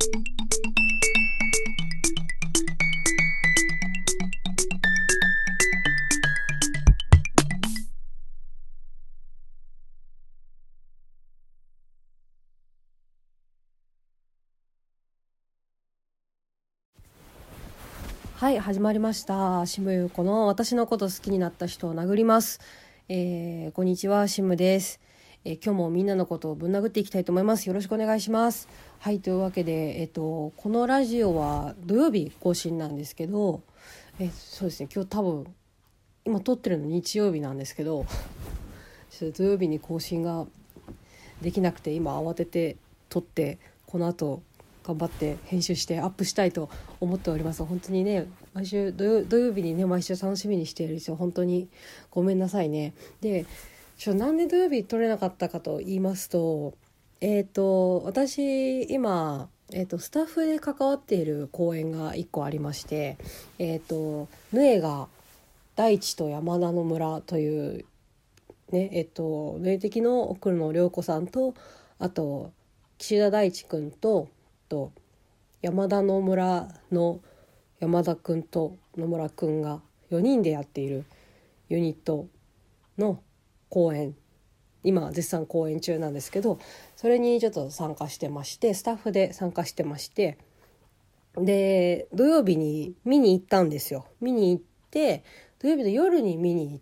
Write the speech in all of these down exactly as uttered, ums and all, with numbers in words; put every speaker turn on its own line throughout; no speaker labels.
はい、始まりました。シムユウコの私のこと好きになった人を殴ります。えー、こんにちは、シムです。えー、今日もみんなのことをぶん殴っていきたいと思います。よろしくお願いします。はい、というわけで、えっと、このラジオは土曜日更新なんですけど、えそうですね、今日多分今撮ってるの日曜日なんですけど、ちょっと土曜日に更新ができなくて今慌てて撮って、この後頑張って編集してアップしたいと思っております。本当にね、毎週土曜、土曜日にね毎週楽しみにしているんですよ。本当にごめんなさいね。で、ちょなんで土曜日撮れなかったかと言いますと、えっと私今えっとスタッフで関わっている公演がいっこありまして、えっとヌエが大地と山田の村というね、えっとヌエ的の奥野涼子さんと、あと岸田大地くんとと山田の村の山田くんと野村くんがよにんでやっているユニットの公演、今絶賛公演中なんですけど、それにちょっと参加してまして、スタッフで参加してまして、で土曜日に見に行ったんですよ。見に行って土曜日の夜に見に行って、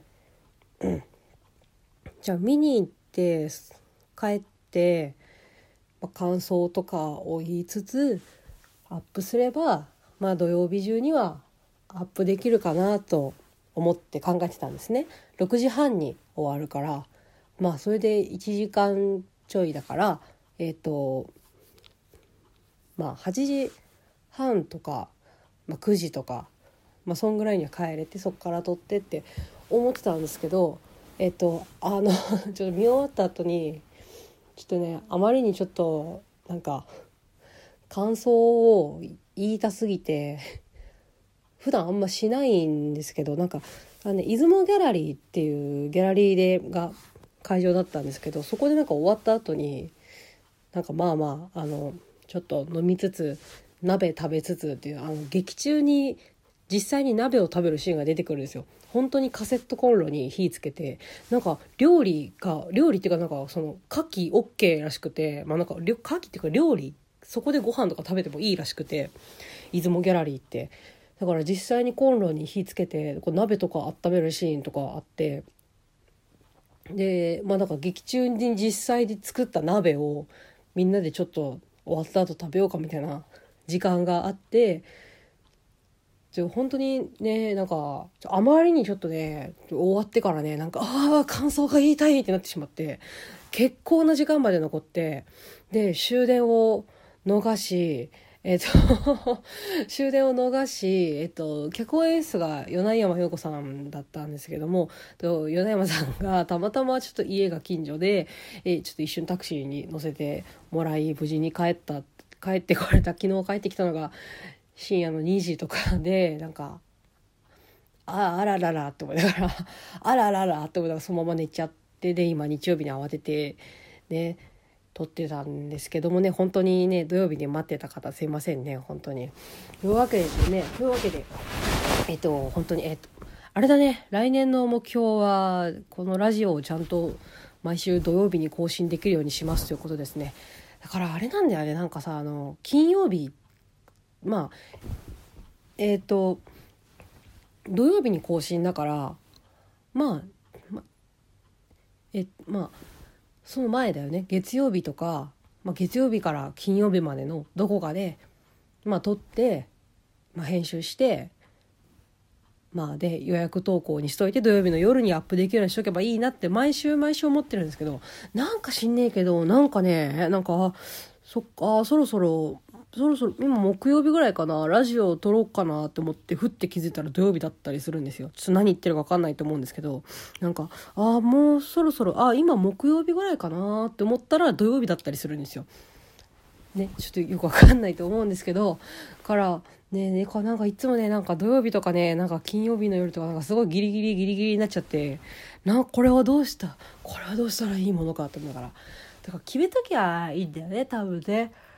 うん、じゃあ見に行って帰って感想とかを言いつつアップすれば、まあ土曜日中にはアップできるかなと思って考えてたんですね。ろくじはんに終わるから、まあそれでいちじかんちょいだから、えっとまあはちじはんとか、まあ、くじとか、まあそんぐらいには帰れて、そこから撮ってって思ってたんですけど、えっとあのちょっと見終わった後にちょっとね、あまりにちょっとなんか感想を言いたすぎて普段あんましないんですけど、なんかあの、ね、出雲ギャラリーっていうギャラリーでが会場だったんですけど、そこでなんか終わった後になんかまあまああのちょっと飲みつつ鍋食べつつっていう、あの劇中に実際に鍋を食べるシーンが出てくるんですよ。本当にカセットコンロに火つけて、なんか料理が料理っていうか、なんかその牡蠣 OK らしくて、まあなんか牡蠣っていうか料理、そこでご飯とか食べてもいいらしくて、出雲ギャラリーって、だから実際にコンロに火つけてこう鍋とか温めるシーンとかあって、でまあなんか劇中に実際で作った鍋をみんなでちょっと終わった後食べようかみたいな時間があって、ちょ本当にね、なんかあまりにちょっとね終わってからね、なんかああ感想が言いたいってなってしまって、結構な時間まで残って、で終電を逃し、えっと終電を逃し、えっと脚本演出が米山陽子さんだったんですけども、と米山さんがたまたまちょっと家が近所で、えちょっと一瞬タクシーに乗せてもらい無事に帰った帰ってこれた昨日帰ってきたのが深夜のにじとかで、なんかああらららって思いながらあらららって思いながらそのまま寝ちゃって、で今日曜日に慌ててね撮ってたんですけどもね、本当にね土曜日に待ってた方すいませんね、本当に。というわけですね、というわけでえっと本当にえっとあれだね、来年の目標はこのラジオをちゃんと毎週土曜日に更新できるようにしますということですね。だからあれなんだよね、なんかさ、あの金曜日、まあえっと土曜日に更新だから、まあ、まえまあその前だよね、月曜日とか、まあ、月曜日から金曜日までのどこかでまあ撮って、まあ、編集して、まあで予約投稿にしといて土曜日の夜にアップできるようにしとけばいいなって毎週毎週思ってるんですけど、なんか知んねえけど、なんかね、なんかそっかそろそろそろそろ今木曜日ぐらいかな、ラジオを撮ろうかなって思ってふって気づいたら土曜日だったりするんですよ。ちょっと何言ってるか分かんないと思うんですけど、なんかああもうそろそろあ今木曜日ぐらいかなって思ったら土曜日だったりするんですよね。ちょっとよく分かんないと思うんですけど、からねねかなんかいつもね、なんか土曜日とかね、なんか金曜日の夜とかなんかすごいギリギリギリギリになっちゃって、なんかこれはどうしたこれはどうしたらいいものかと思いながら、だから決めときゃいいんだよね多分ね。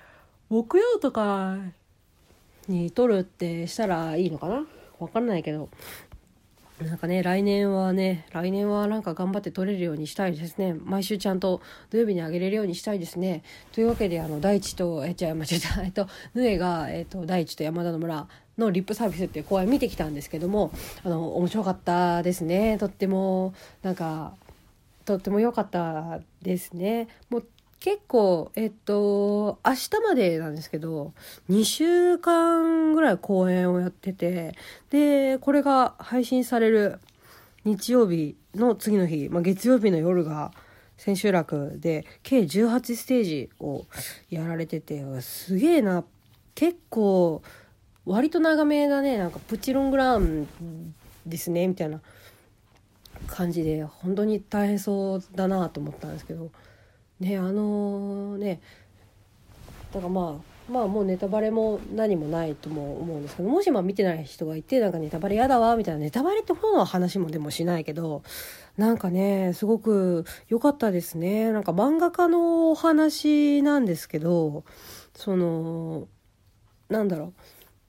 木曜とかに撮るってしたらいいのかな、わかんないけど、なんかね来年はね来年はなんか頑張って撮れるようにしたいですね。毎週ちゃんと土曜日に上げれるようにしたいですね。というわけで、あの大地とえじゃあ間違えたえっとヌエが、えっと、大地と山田の村のリップサービスっていう公演見てきたんですけども、あの面白かったですね。とってもなんかとっても良かったですね。もう結構えっと明日までなんですけどにしゅうかんぐらい公演をやってて、でこれが配信される日曜日の次の日、まあ、月曜日の夜が千秋楽で計じゅうはちステージをやられてて、すげえな、結構割と長めだね、なんかプチロングランですねみたいな感じで本当に大変そうだなと思ったんですけどね、あのねだからまあまあもうネタバレも何もないとも思うんですけど、もしまあ見てない人がいてなんかネタバレやだわみたいな、ネタバレってほどの話もでもしないけど、なんかねすごく良かったですね。なんか漫画家のお話なんですけど、そのなんだろ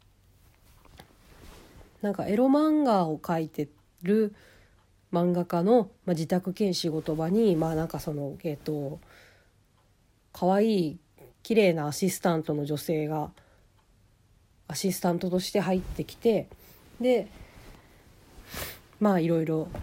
う、なんかエロ漫画を描いてる漫画家の、まあ、自宅兼仕事場にまあなんかそのえっ、と可愛い綺麗なアシスタントの女性がアシスタントとして入ってきて、でまあいろいろ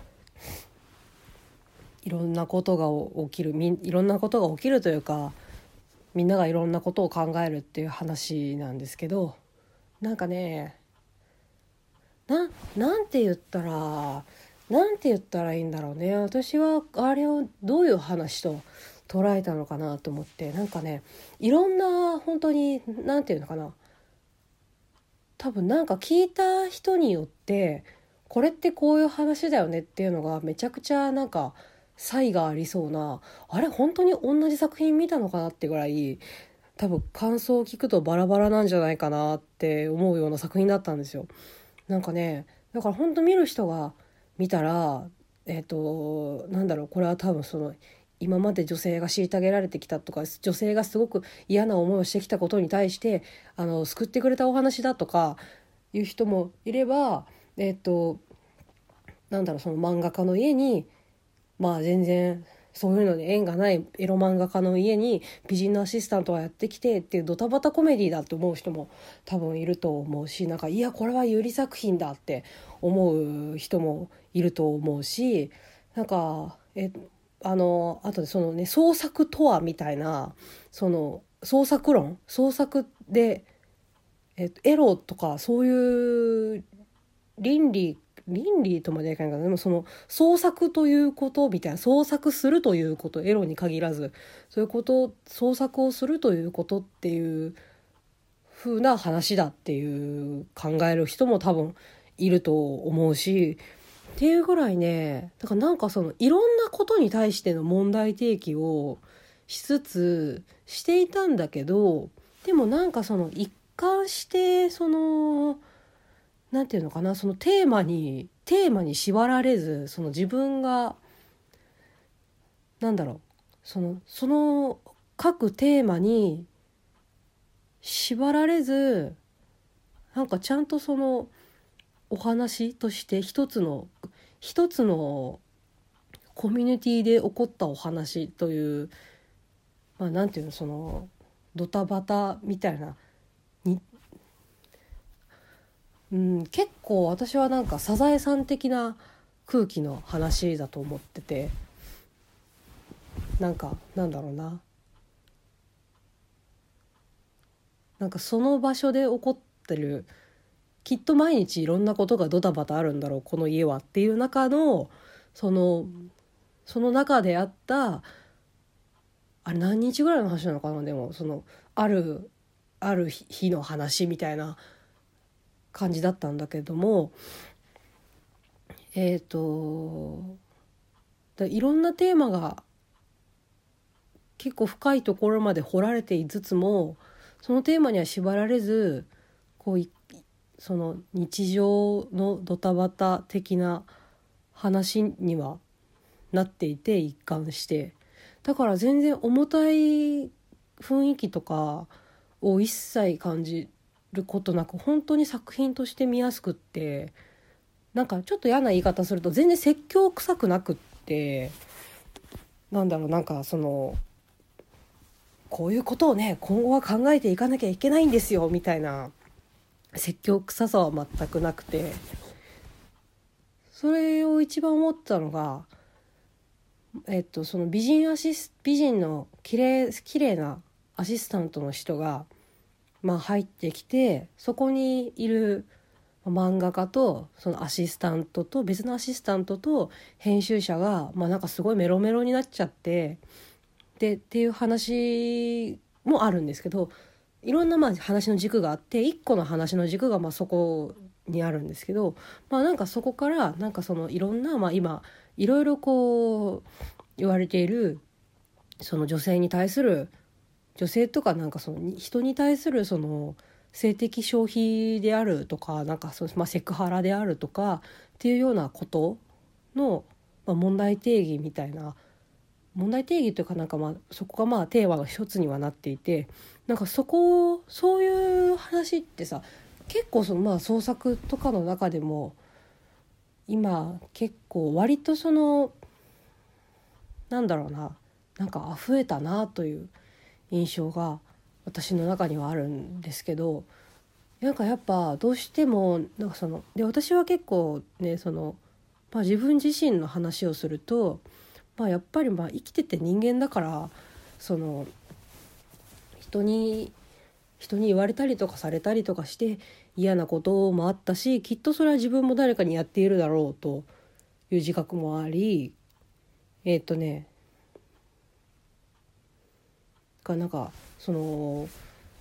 いろんなことが起きるみいろんなことが起きるというか、みんながいろんなことを考えるっていう話なんですけど、なんかねななんて言ったらなんて言ったらいいんだろうね。私はあれをどういう話と捉えたのかなと思って、なんかねいろんな本当になんていうのかな、多分なんか聞いた人によってこれってこういう話だよねっていうのがめちゃくちゃなんか差異がありそうな、あれ本当に同じ作品見たのかなってぐらい多分感想を聞くとバラバラなんじゃないかなって思うような作品だったんですよ。なんかねだから本当見る人が見たらえっとなんだろう、これは多分その今まで女性が虐げられてきたとか女性がすごく嫌な思いをしてきたことに対してあの救ってくれたお話だとかいう人もいれば、えっとなんだろう、その漫画家の家にまあ全然そういうので縁がないエロ漫画家の家に美人のアシスタントがやってきてっていうドタバタコメディだと思う人も多分いると思うし、なんかいやこれはユリ作品だって思う人もいると思うし、なんかえあのあとでそのね創作とはみたいなその創作論創作で、えっと、エロとかそういう倫理倫理とまではいかないかな、でもその創作ということみたいな、創作するということ、エロに限らずそういうこと創作をするということっていう風な話だっていう考える人も多分いると思うしっていうぐらいね、だからなんかそのいろんなことに対しての問題提起をしつつしていたんだけど、でもなんかその一貫してそのなんていうのかな、そのテーマにテーマに縛られず、その自分がなんだろう、そのその各テーマに縛られず、なんかちゃんとそのお話として一つの一つのコミュニティで起こったお話という、まあなんていうの、そのドタバタみたいなに、うん、結構私はなんかサザエさん的な空気の話だと思ってて、なんかなんだろうな、なんかその場所で起こってるきっと毎日いろんなことがドタバタあるんだろうこの家はっていう中のそのその中であったあれ何日ぐらいの話なのかな、でもそのあるある日の話みたいな感じだったんだけども、えっとだいろんなテーマが結構深いところまで掘られていつつもそのテーマには縛られず、こうその日常のドタバタ的な話にはなっていて一貫して、だから全然重たい雰囲気とかを一切感じることなく本当に作品として見やすくって、なんかちょっと嫌な言い方すると全然説教臭くなくって、なんだろう、なんかそのこういうことをね今後は考えていかなきゃいけないんですよみたいな説教臭さは全くなくて、それを一番思ったのが、えっとその美人アシス美人の綺麗綺麗なアシスタントの人がまあ入ってきて、そこにいる漫画家とそのアシスタントと別のアシスタントと編集者がまあなんかすごいメロメロになっちゃって、でっていう話もあるんですけど、いろんなまあ話の軸があって、一個の話の軸がまあそこにあるんですけど、まあなんかそこからなんかそのいろんなまあ今いろいろこう言われているその女性に対する女性とかなんかその人に対するその性的消費であるとか、なんかその、まあ、セクハラであるとかっていうようなことの、まあ、問題定義みたいな、問題定義というかなんかまあそこがまあテーマの一つにはなっていて、なんかそこそういう話ってさ、結構そのまあ創作とかの中でも今結構割とそのなんだろうな、なんか増えたなという印象が私の中にはあるんですけど、なんかやっぱどうしてもなんかそので私は結構ねその、まあ、自分自身の話をすると、まあ、やっぱりまあ生きてて人間だから、その人に人に言われたりとかされたりとかして嫌なこともあったし、きっとそれは自分も誰かにやっているだろうという自覚もあり、えーっとねがなんかその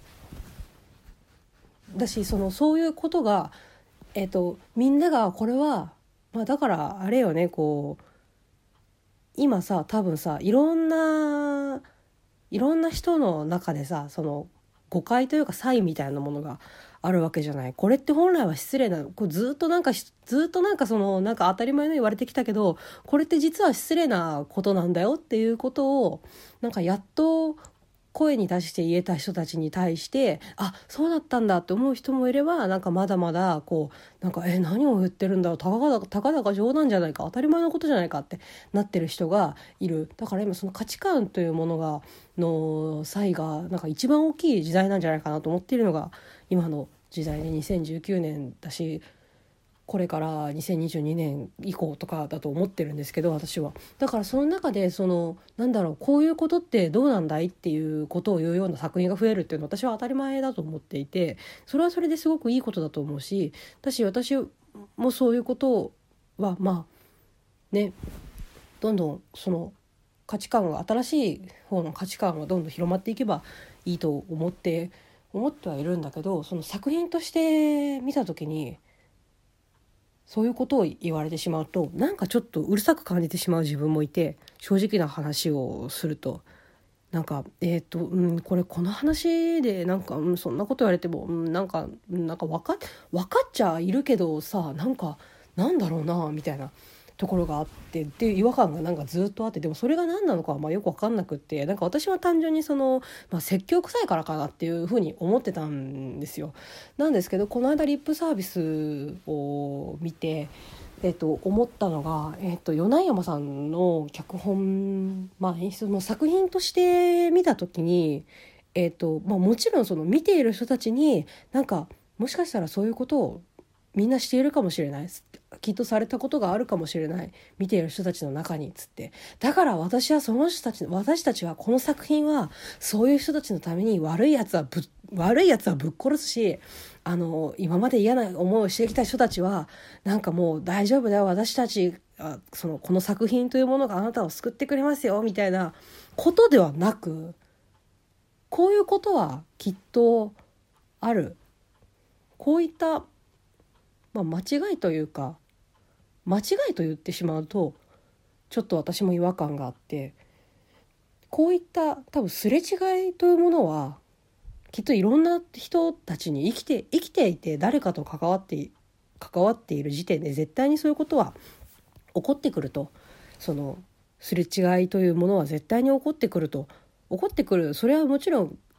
だし、そのそういうことが、えーと、みんながこれは、まあ、だからあれよね、こう今さ多分さいろんないろんな人の中でさ、その誤解というか差異みたいなものがあるわけじゃない。これって本来は失礼な、こうずっとなんかずっとなんかそのなんか当たり前の言われてきたけど、これって実は失礼なことなんだよっていうことをなんかやっと声に出して言えた人たちに対して、あ、そうだったんだって思う人もいれば、なんかまだまだこうなんかえ何を言ってるんだろう、たかがたかだか冗談じゃないか、当たり前のことじゃないかってなってる人がいる。だから今その価値観というものがの差異がなんか一番大きい時代なんじゃないかなと思っているのが今の時代でにせんじゅうきゅうねんだし、これからにせんにじゅうにねん以降とかだと思ってるんですけど、私はだからその中でそのなんだろう、こういうことってどうなんだいっていうことを言うような作品が増えるっていうのは私は当たり前だと思っていて、それはそれですごくいいことだと思うし、だし私もそういうことはまあね、どんどんその価値観が新しい方の価値観がどんどん広まっていけばいいと思って思ってはいるんだけど、その作品として見た時にそういうことを言われてしまうとなんかちょっとうるさく感じてしまう自分もいて、正直な話をするとなんかえっと、うん、これこの話でなんか、うん、そんなこと言われても、うん、なんかなんか分かっ、分かっちゃいるけどさ、なんかなんだろうなみたいなところがあってっていう違和感がなんかずっとあって、でもそれが何なのかはまあよく分かんなくって、なんか私は単純にその、まあ、説教臭いからかなっていうふうに思ってたんですよ。なんですけどこの間リップサービスを見てえっと、思ったのが、えっと、米内山さんの脚本、まあ、演出の作品として見た時に、えっとまあ、もちろんその見ている人たちになんかもしかしたらそういうことをみんなしているかもしれない、きっとされたことがあるかもしれない、見ている人たちの中につって、だから私はその人たち私たちはこの作品はそういう人たちのために悪いやつはぶ悪いやつはぶっ殺すし、あの今まで嫌な思いをしてきた人たちはなんかもう大丈夫だよ、私たちあそのこの作品というものがあなたを救ってくれますよみたいなことではなく、こういうことはきっとある、こういった、まあ、間違いというか間違いと言ってしまうとちょっと私も違和感があって、こういった多分すれ違いというものはきっといろんな人たちに生きて生きていて誰かと関わって関わっている時点で絶対にそういうことは起こってくると、そのすれ違いというものは絶対に起こってくると起こってくる、それはもちろん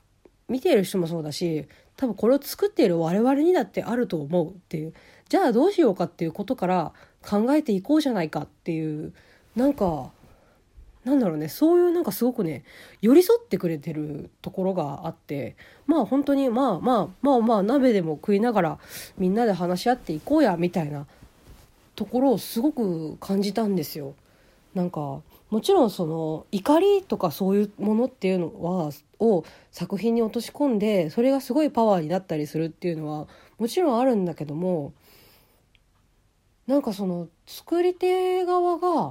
見ている人もそうだし、多分これを作っている我々にだってあると思うっていう、じゃあどうしようかっていうことから考えていこうじゃないかっていう、なんかなんだろうね、そういうなんかすごくね寄り添ってくれてるところがあって、まあ本当にまあまあまあまあ鍋でも食いながらみんなで話し合っていこうやみたいなところをすごく感じたんですよ。なんかもちろんその怒りとかそういうものっていうのはを作品に落とし込んで、それがすごいパワーになったりするっていうのはもちろんあるんだけども、なんかその作り手側が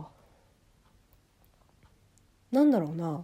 なんだろうな、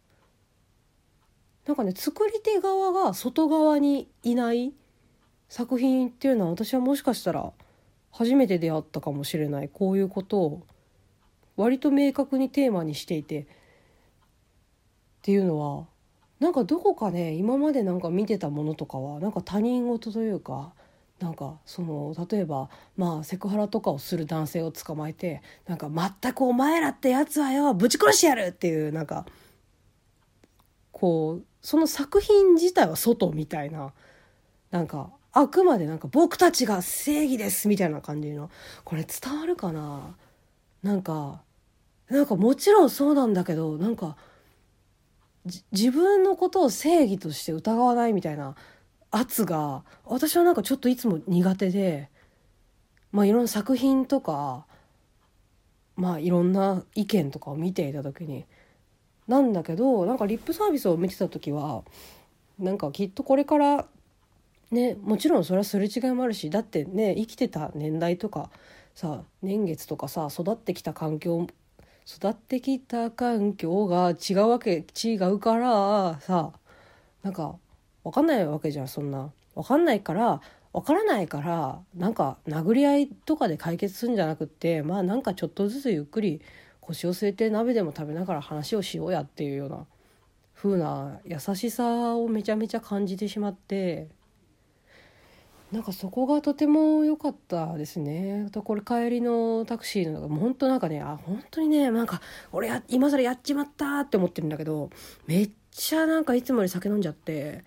なんかね作り手側が外側にいない作品っていうのは、私はもしかしたら初めて出会ったかもしれない。こういうことを割と明確にテーマにしていてっていうのは、なんかどこかね今までなんか見てたものとかはなんか他人事というか、なんかその例えばまあセクハラとかをする男性を捕まえて、なんか全くお前らってやつはよぶち殺してやるっていう、なんかこうその作品自体は外みたいな、なんかあくまでなんか僕たちが正義ですみたいな感じの、これ伝わるかな。なんかなんかもちろんそうなんだけど、なんか自分のことを正義として疑わないみたいな圧が私はなんかちょっといつも苦手で、まあいろんな作品とかまあいろんな意見とかを見ていた時になんだけど、なんかリップサービスを見てた時はなんかきっとこれからね、もちろんそれはすれ違いもあるし、だってね生きてた年代とかさ、年月とかさ、育ってきた環境育ってきた環境が違うわけ違うからさ、なんか分かんないわけじゃん。そんな分かんないから分からないからなんか殴り合いとかで解決するんじゃなくって、まあなんかちょっとずつゆっくり腰を据えて鍋でも食べながら話をしようやっていうような風な優しさをめちゃめちゃ感じてしまって、なんかそこがとても良かったですね。とこれ帰りのタクシーのもう本当なんかね、あ本当にねなんか俺や今更やっちまったって思ってるんだけど、めっちゃなんかいつもより酒飲んじゃって、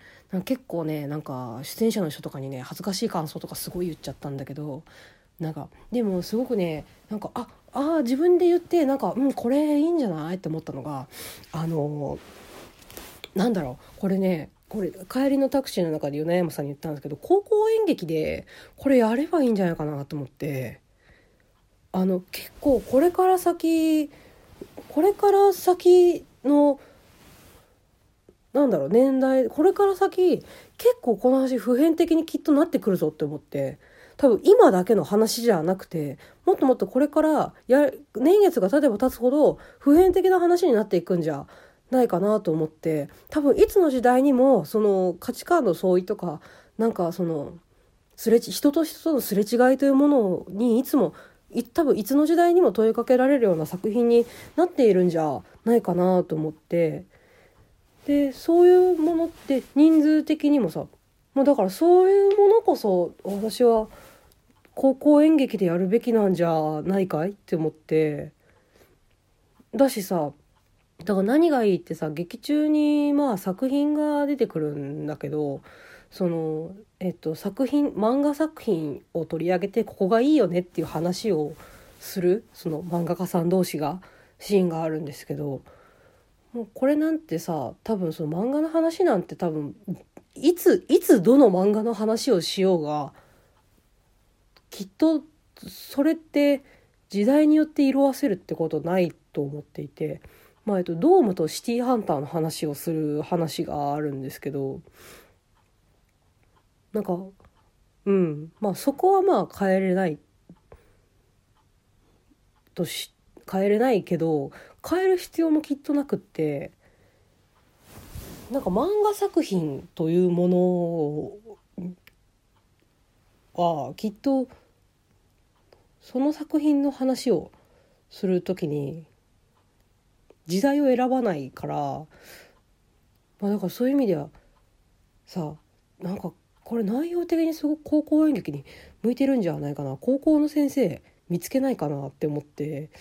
なんか結構ねなんか出演者の人とかにね恥ずかしい感想とかすごい言っちゃったんだけど、なんかでもすごくねなんかああ自分で言ってなんかうんこれいいんじゃないって思ったのが、あのなんだろうこれねこれ帰りのタクシーの中で米山さんに言ったんですけど、高校演劇でこれやればいいんじゃないかなと思って、あの結構これから先これから先のなんだろう年代、これから先結構この話普遍的にきっとなってくるぞって思って、多分今だけの話じゃなくてもっともっとこれからや年月が経てば経つほど普遍的な話になっていくんじゃないかなと思って、多分いつの時代にもその価値観の相違とかなんかそのすれ人と人とのすれ違いというものにいつもい多分いつの時代にも問いかけられるような作品になっているんじゃないかなと思って、でそういうものって人数的にもさ、もうだからそういうものこそ私は高校演劇でやるべきなんじゃないかいって思って、だしさだから何がいいってさ、劇中にまあ作品が出てくるんだけど、そのえっと作品漫画作品を取り上げてここがいいよねっていう話をするその漫画家さん同士がシーンがあるんですけど、もうこれなんてさ多分その漫画の話なんて多分いついつどの漫画の話をしようがきっとそれって時代によって色あせるってことないと思っていて、まあえっと、ドームとシティーハンターの話をする話があるんですけど、なんかうんまあそこはまあ変えれないとし変えれないけど変える必要もきっとなくって、なんか漫画作品というものはきっとその作品の話をするときに時代を選ばないから、まあ、だからそういう意味ではさなんかこれ内容的にすごく高校演劇に向いてるんじゃないかな、高校の先生見つけないかなって思って、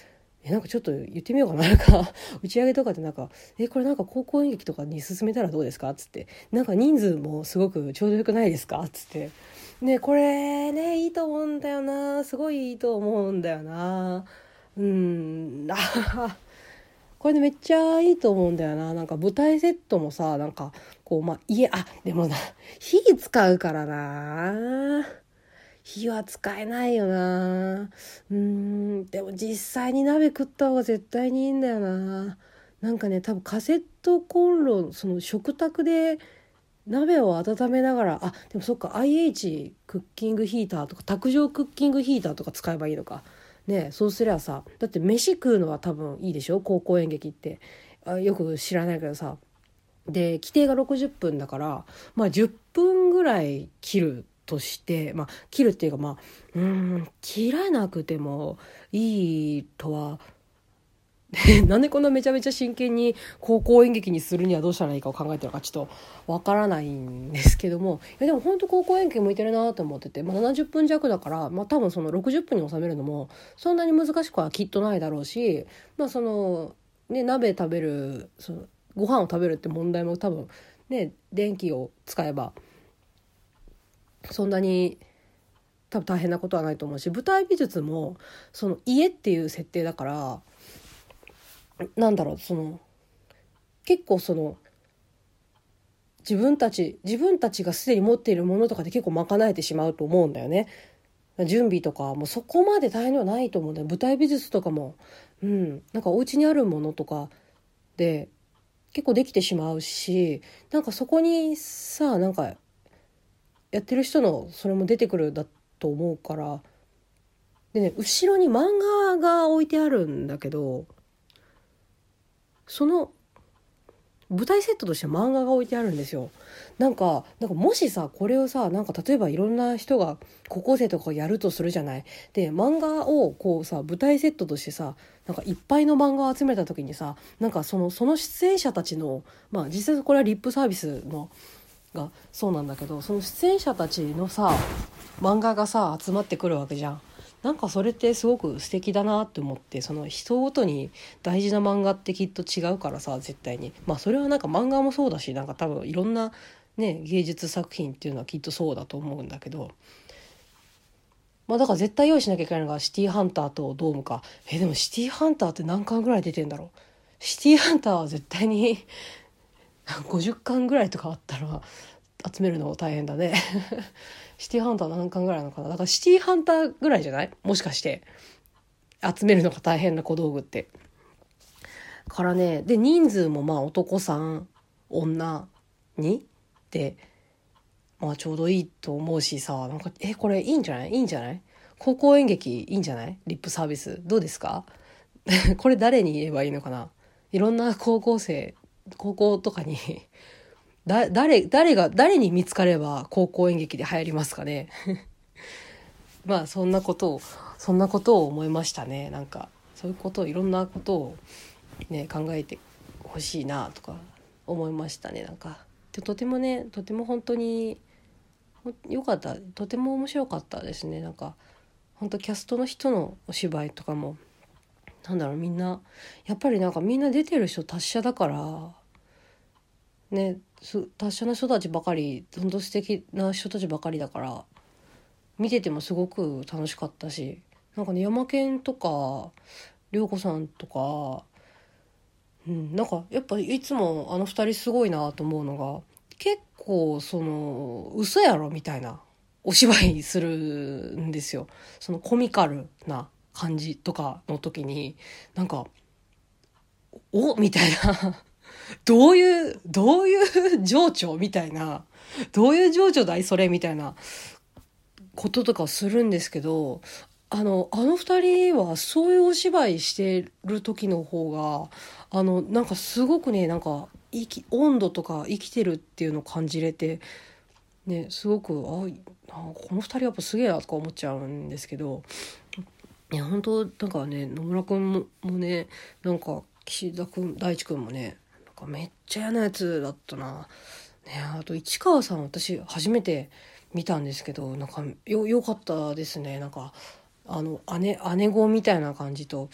えなんかちょっと言ってみようかな、なんか打ち上げとかでなんかえこれなんか高校演劇とかに進めたらどうですかっつって、なんか人数もすごくちょうどよくないですかっつって、ねこれねいいと思うんだよな、すごいいいと思うんだよな、うんあこれでめっちゃいいと思うんだよな。なんか舞台セットもさ、なんかこうまあ家あでもな火使うからな、火は使えないよな。うーんでも実際に鍋食った方が絶対にいいんだよな。なんかね多分カセットコンロ、その食卓で鍋を温めながら、あでもそっか アイエイチ クッキングヒーターとか卓上クッキングヒーターとか使えばいいのかね。そうすりゃさ、だって飯食うのは多分いいでしょ高校演劇って。あよく知らないけどさ、で規定がろくじゅっぷんだから、まあじゅっぷんぐらい切るとして、まあ切るっていうかまあうーん切らなくてもいいとはなんでこんなめちゃめちゃ真剣に高校演劇にするにはどうしたらいいかを考えてるのかちょっとわからないんですけども、いやでも本当高校演劇向いてるなと思ってて、まあ、ななじゅっぷん弱だから、まあ、多分そのろくじゅっぷんに収めるのもそんなに難しくはきっとないだろうし、まあそのね鍋食べるそのご飯を食べるって問題も多分ね電気を使えばそんなに多分大変なことはないと思うし、舞台美術もその家っていう設定だからなんだろうその結構その自分たち自分たちがすでに持っているものとかで結構賄えてしまうと思うんだよね。準備とかもそこまで大変ではないと思うんだよ。舞台美術とかも、うん、なんかお家にあるものとかで結構できてしまうし、なんかそこにさなんかやってる人のそれも出てくるだと思うから。でね後ろに漫画が置いてあるんだけど、その舞台セットとして漫画が置いてあるんですよ。なんか、なんかもしさこれをさなんか例えばいろんな人が高校生とかがやるとするじゃない。で漫画をこうさ舞台セットとしてさなんかいっぱいの漫画を集めた時にさなんかそのその出演者たちのまあ実際これはリップサービスのがそうなんだけど、その出演者たちのさ漫画がさ集まってくるわけじゃん。なんかそれってすごく素敵だなって思って、その人ごとに大事な漫画ってきっと違うからさ絶対に、まあそれはなんか漫画もそうだし、なんか多分いろんなね芸術作品っていうのはきっとそうだと思うんだけど、まあだから絶対用意しなきゃいけないのがシティーハンターとドームか。えでもシティーハンターって何巻ぐらい出てんだろう。シティーハンターは絶対にごじゅっかんぐらいとかあったら集めるの大変だねシティーハンター何巻ぐらいなのかな。だからシティーハンターぐらいじゃない、もしかして集めるのが大変な小道具ってからね。で人数もまあ男さん女にでまあちょうどいいと思うしさ、なんかえこれいいんじゃないいいんじゃない高校演劇いいんじゃない、リップサービスどうですかこれ誰に言えばいいのかな。いろんな高校生高校とかにだ誰誰が誰に見つかれば高校演劇で流行りますかねまあそんなことをそんなことを思いましたね。なんかそういうことをいろんなことをね考えてほしいなとか思いましたね。なんかでとてもねとても本当によかった、とても面白かったですね。なんか本当キャストの人のお芝居とかもなんだろう、みんなやっぱりなんかみんな出てる人達者だからね、達者な人たちばかり、本当素敵な人たちばかりだから見ててもすごく楽しかったし、なんかねヤマケンとか涼子さんとか、うん、なんかやっぱいつもあの二人すごいなと思うのが、結構その嘘やろみたいなお芝居するんですよ。そのコミカルな感じとかの時になんかおみたいなどういうどういう情緒みたいな、どういう情緒だいそれみたいなこととかをするんですけど、あのあの二人はそういうお芝居してる時の方があのなんかすごくねなんか生き温度とか生きてるっていうのを感じれてね、すごくああこの二人やっぱすげえなとか思っちゃうんですけど、いや本当なんかね野村くんももねなんか岸田くん大地くんもねなんかめっちゃ嫌なやつだったな、ね、あと市川さん私初めて見たんですけどなんかよ良かったですね。なんかあの姉姉子みたいな感じと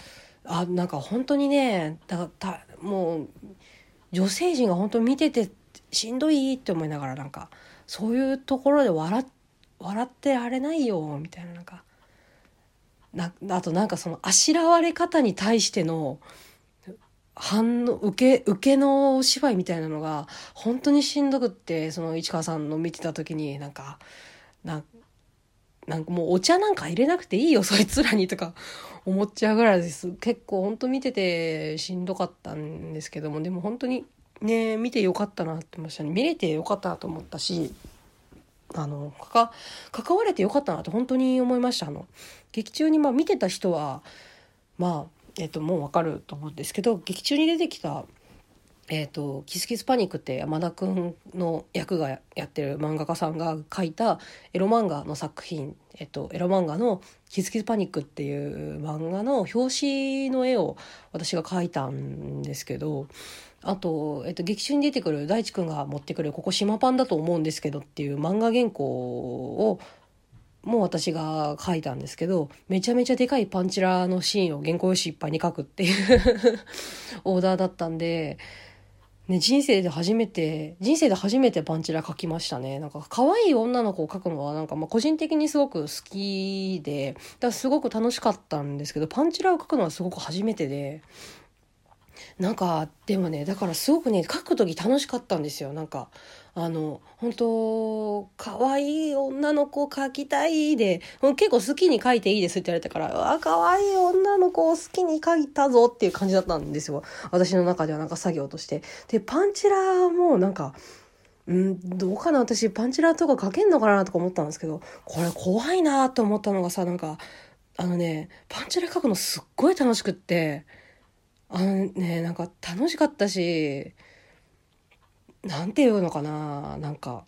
あなんか本当にねだだもう女性陣が本当に見ててしんどいって思いながら、なんかそういうところで笑笑ってられないよみたいな、なんかなあとなんかそのあしらわれ方に対しての反応受け受けのお芝居みたいなのが本当にしんどくって、その市川さんの見てた時になんかななんかもうお茶なんか入れなくていいよそいつらにとか思っちゃうぐらいです。結構本当見ててしんどかったんですけども、でも本当にね見てよかったなって思いましたね。見れてよかったなと思ったし、あのかか関われてよかったなと本当に思いました。あの劇中にまあ見てた人はまあえっともうわかると思うんですけど、劇中に出てきたえーと、キスキスパニックって山田くんの役がやってる漫画家さんが描いたエロ漫画の作品、えっと、エロ漫画のキスキスパニックっていう漫画の表紙の絵を私が描いたんですけど、あと、えっと、劇中に出てくる大地くんが持ってくるここ島パンだと思うんですけどっていう漫画原稿をもう私が書いたんですけど、めちゃめちゃでかいパンチラのシーンを原稿用紙いっぱいに書くっていうオーダーだったんで、ね、人生で初めて人生で初めてパンチラ書きましたね。なんか可愛い女の子を描くのはなんかまあ個人的にすごく好きで、だからすごく楽しかったんですけど、パンチラを描くのはすごく初めてで、なんかでもねだからすごくね書く時楽しかったんですよ。なんかあの本当可愛い女の子描きたいで結構好きに描いていいですって言われたから、あ可愛い女の子を好きに描いたぞっていう感じだったんですよ、私の中では。なんか作業としてでパンチラもなんかんどうかな、私パンチラとか描けんのかなとか思ったんですけど、これ怖いなと思ったのがさ、なんかあのねパンチラ描くのすっごい楽しくって、あのねなんか楽しかったし、なんていうのかな、なんか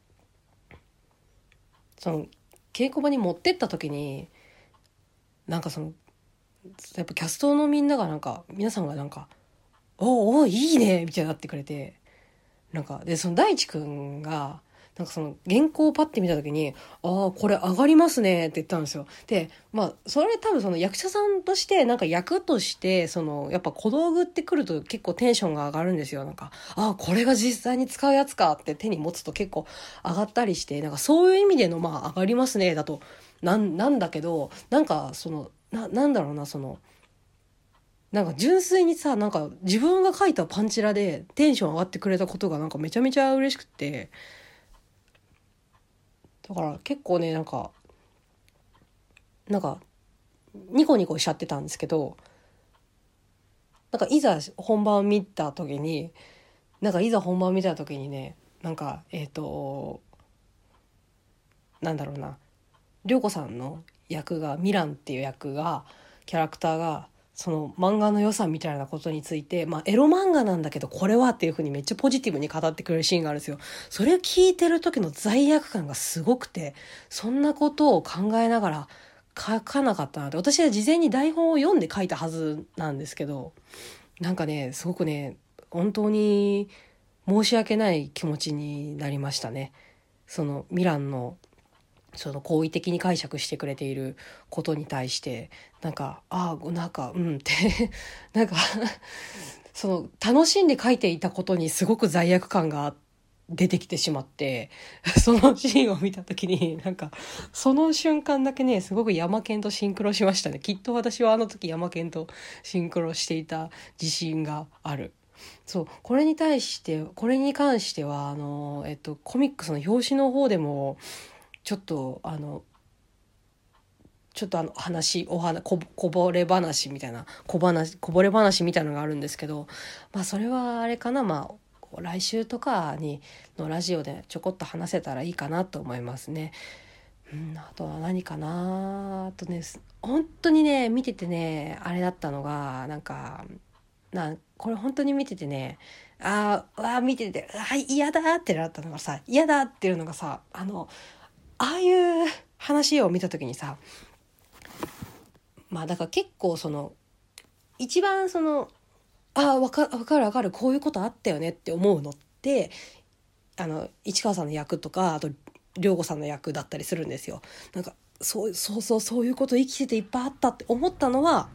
その稽古場に持ってった時になんかそのやっぱキャストのみんながなんか皆さんがなんか「おおいいね」みたいになってくれて、なんかでその大地くんがなんかその原稿をパッて見た時に「ああこれ上がりますね」って言ったんですよ。でまあそれ多分その役者さんとしてなんか役としてそのやっぱ小道具ってくると結構テンションが上がるんですよ。なんかああこれが実際に使うやつかって手に持つと結構上がったりして、なんかそういう意味でのまあ上がりますねだとなんなんだけど、なんかそのななんだろうな、そのなんか純粋にさ、なんか自分が書いたパンチラでテンション上がってくれたことがなんかめちゃめちゃ嬉しくって、だから結構ねなんかなんかニコニコしちゃってたんですけど、なんかいざ本番見た時になんかいざ本番見た時にねなんかえっとなんだろうな、涼子さんの役がミランっていう役がキャラクターがその漫画の良さみたいなことについて、まあエロ漫画なんだけどこれはっていう風にめっちゃポジティブに語ってくれるシーンがあるんですよ。それを聞いてる時の罪悪感がすごくて、そんなことを考えながら書かなかったなって。私は事前に台本を読んで書いたはずなんですけど、なんかねすごくね本当に申し訳ない気持ちになりましたね。そのミランのその好意的に解釈してくれていることに対してなんかああなんかうんってなんかその楽しんで書いていたことにすごく罪悪感が出てきてしまって、そのシーンを見た時になんかその瞬間だけねすごくヤマケンとシンクロしましたね。きっと私はあの時ヤマケンとシンクロしていた自信がある。そうこれに対してこれに関してはあの、えっと、コミックスの表紙の方でもちょっとあのちょっとあの話お話ここぼれ話みたいな小話こぼれ話みたいなのがあるんですけど、まあそれはあれかな、まあ来週とかにのラジオでちょこっと話せたらいいかなと思いますね。うん、あとは何かなあとね本当にね見ててねあれだったのがなんかなこれ本当に見ててねあーわー見ててはい嫌だってなったのがさ、嫌だっていうのがさ、あのああいう話を見た時にさ、まあだから結構その一番そのああ分か分かる分かるこういうことあったよねって思うのってあの市川さんの役とかあと涼子さんの役だったりするんですよ。なんかそうそうそうそういうこと生きてていっぱいあったって思ったのは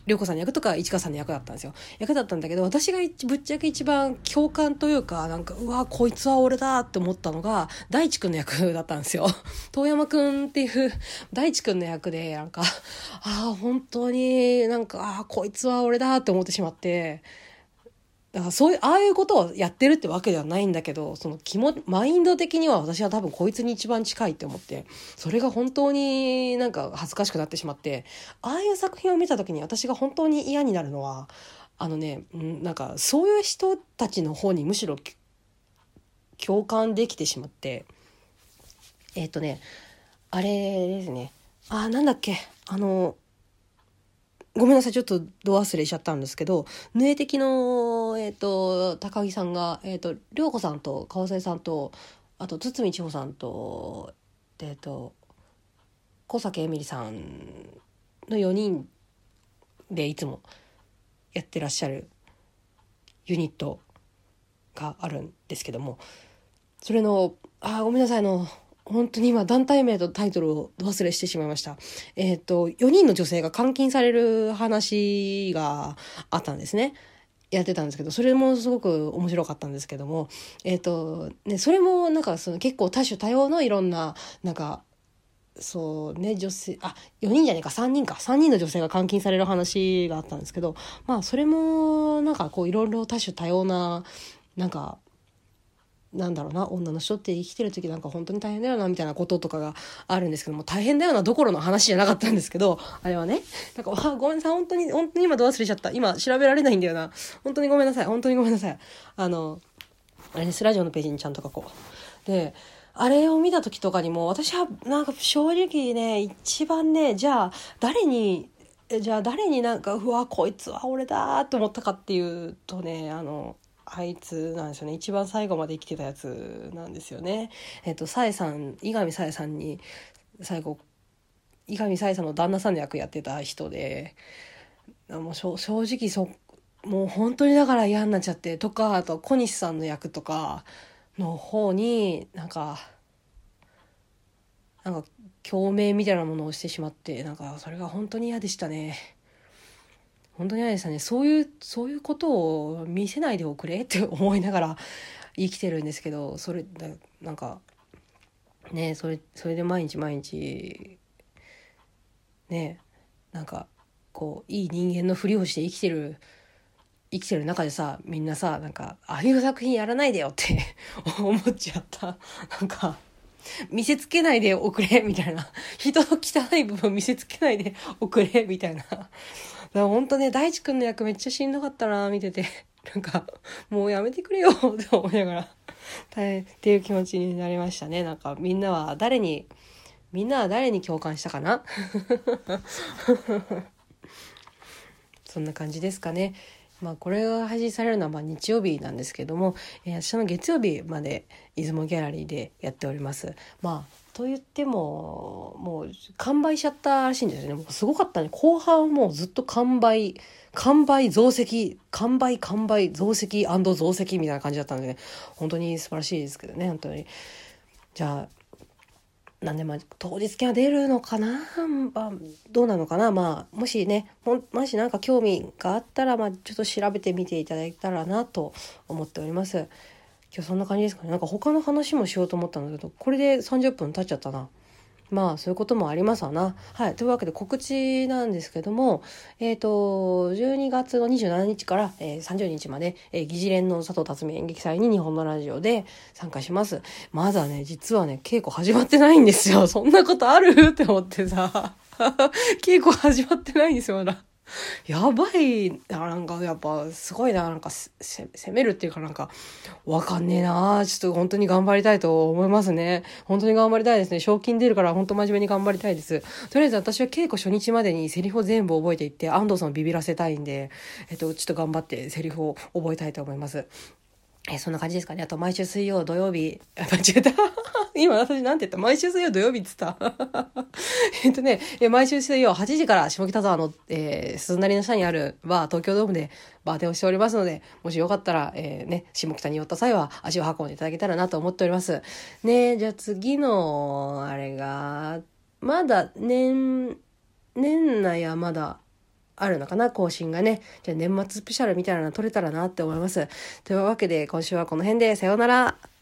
涼子さんの役とか市川さんの役だったんですよ。役だったんだけど、私がぶっちゃけ一番共感というか、なんかうわこいつは俺だって思ったのが大地くんの役だったんですよ。遠山くんっていう大地くんの役で、なんかああ本当になんかあこいつは俺だって思ってしまって、だからそういうああいうことをやってるってわけではないんだけど、その気もマインド的には私は多分こいつに一番近いって思って、それが本当になんか恥ずかしくなってしまって、ああいう作品を見た時に私が本当に嫌になるのは、あのね、なんかそういう人たちの方にむしろ共感できてしまって、えっとねあれですね、あなんだっけあのごめんなさい、ちょっとど忘れしちゃったんですけど、ヌエテキの、えー、と高木さんが、えー、と涼子さんと川添さんと、あと堤千穂さんと、えー、と小崎エミリさんのよにんでいつもやってらっしゃるユニットがあるんですけども、それのあごめんなさい、あの本当に今団体名とタイトルを忘れしてしまいました。えっと、よにんの女性が監禁される話があったんですね。やってたんですけど、それもすごく面白かったんですけども、えっと、ね、それもなんかその結構多種多様のいろんな、なんか、そうね、女性、あ、よにんじゃねえか、さんにんか、さんにんの女性が監禁される話があったんですけど、まあそれもなんかこういろいろ多種多様な、なんか、なんだろうな、女の人って生きてる時なんか本当に大変だよなみたいなこととかがあるんですけども、大変だよなどころの話じゃなかったんですけど、あれはね、なんかあごめんなさい、本当に本当に今ど忘れちゃった、今調べられないんだよな、本当にごめんなさい、本当にごめんなさい、あのあれです、ラジオのページにちゃんと書こう。であれを見た時とかにも私はなんか正直ね、一番ね、じゃあ誰にじゃあ誰になんかうわこいつは俺だと思ったかっていうとね、あのあいつなんですよね、一番最後まで生きてたやつなんですよね。えっとさえさん、伊上さえさんに最後伊上さえさんの旦那さんの役やってた人で、もう正直そもう本当にだから嫌になっちゃってとか、あと小西さんの役とかの方になんかなんか共鳴みたいなものをしてしまって、なんかそれが本当に嫌でしたね。本当に嫌でしたね。そういうそういうことを見せないでおくれって思いながら生きてるんですけど、それだなんかね、それそれで毎日毎日ね、なんかこういい人間のふりをして生きてる生きてる中でさ、みんなさ、なんかああいう作品やらないでよって思っちゃった。なんか見せつけないでおくれみたいな、人の汚い部分見せつけないでおくれみたいな。だから本当ね、大地くんの役めっちゃしんどかったな、見てて、なんかもうやめてくれよって思いながら大変っていう気持ちになりましたね。なんかみんなは誰にみんなは誰に共感したかなそんな感じですかね。まあ、これが配信されるのはまあ日曜日なんですけども、えー、明日の月曜日まで出雲ギャラリーでやっております。まあと言ってももう完売しちゃったらしいんですよね。もうすごかったね。後半もうずっと完売完売増席完売完売増席増席みたいな感じだったので、ね、本当に素晴らしいですけどね、本当に。じゃあなんでまあ当日券は出るのかな、まあ、どうなのかな、まあもしねももしなんか興味があったら、まあちょっと調べてみていただけたらなと思っております。今日そんな感じですかね。なんか他の話もしようと思ったんだけど、これでさんじゅっぷん経っちゃったな。まあそういうこともありますわな。はい。というわけで告知なんですけども、えっと、じゅうにがつのにじゅうしちにちから、えー、さんじゅうにちまで、えー、疑似連の佐藤辰巳演劇祭に日本のラジオで参加します。まだね、実はね、稽古始まってないんですよ。そんなことあるって思ってさ。稽古始まってないんですよ、まだ。やばい、なんかやっぱすごいな、なんか攻めるっていうかなんかわかんねえな、ちょっと本当に頑張りたいと思いますね。本当に頑張りたいですね。賞金出るから本当真面目に頑張りたいです。とりあえず私は稽古初日までにセリフを全部覚えていって安藤さんをビビらせたいんで、えっとちょっと頑張ってセリフを覚えたいと思います。えそんな感じですかね。あと毎週水曜土曜日間違えた今私なんて言った、毎週水曜土曜日って言ったえっとね毎週水曜はちじから下北沢の、えー、鈴なりの下にあるバー東京ドームでバーテンをしておりますので、もしよかったら、えーね、下北に寄った際は足を運んでいただけたらなと思っておりますね。じゃあ次のあれがまだ年年内はまだあるのかな、更新がね。じゃあ年末スペシャルみたいなの撮れたらなって思います。というわけで今週はこの辺でさようなら。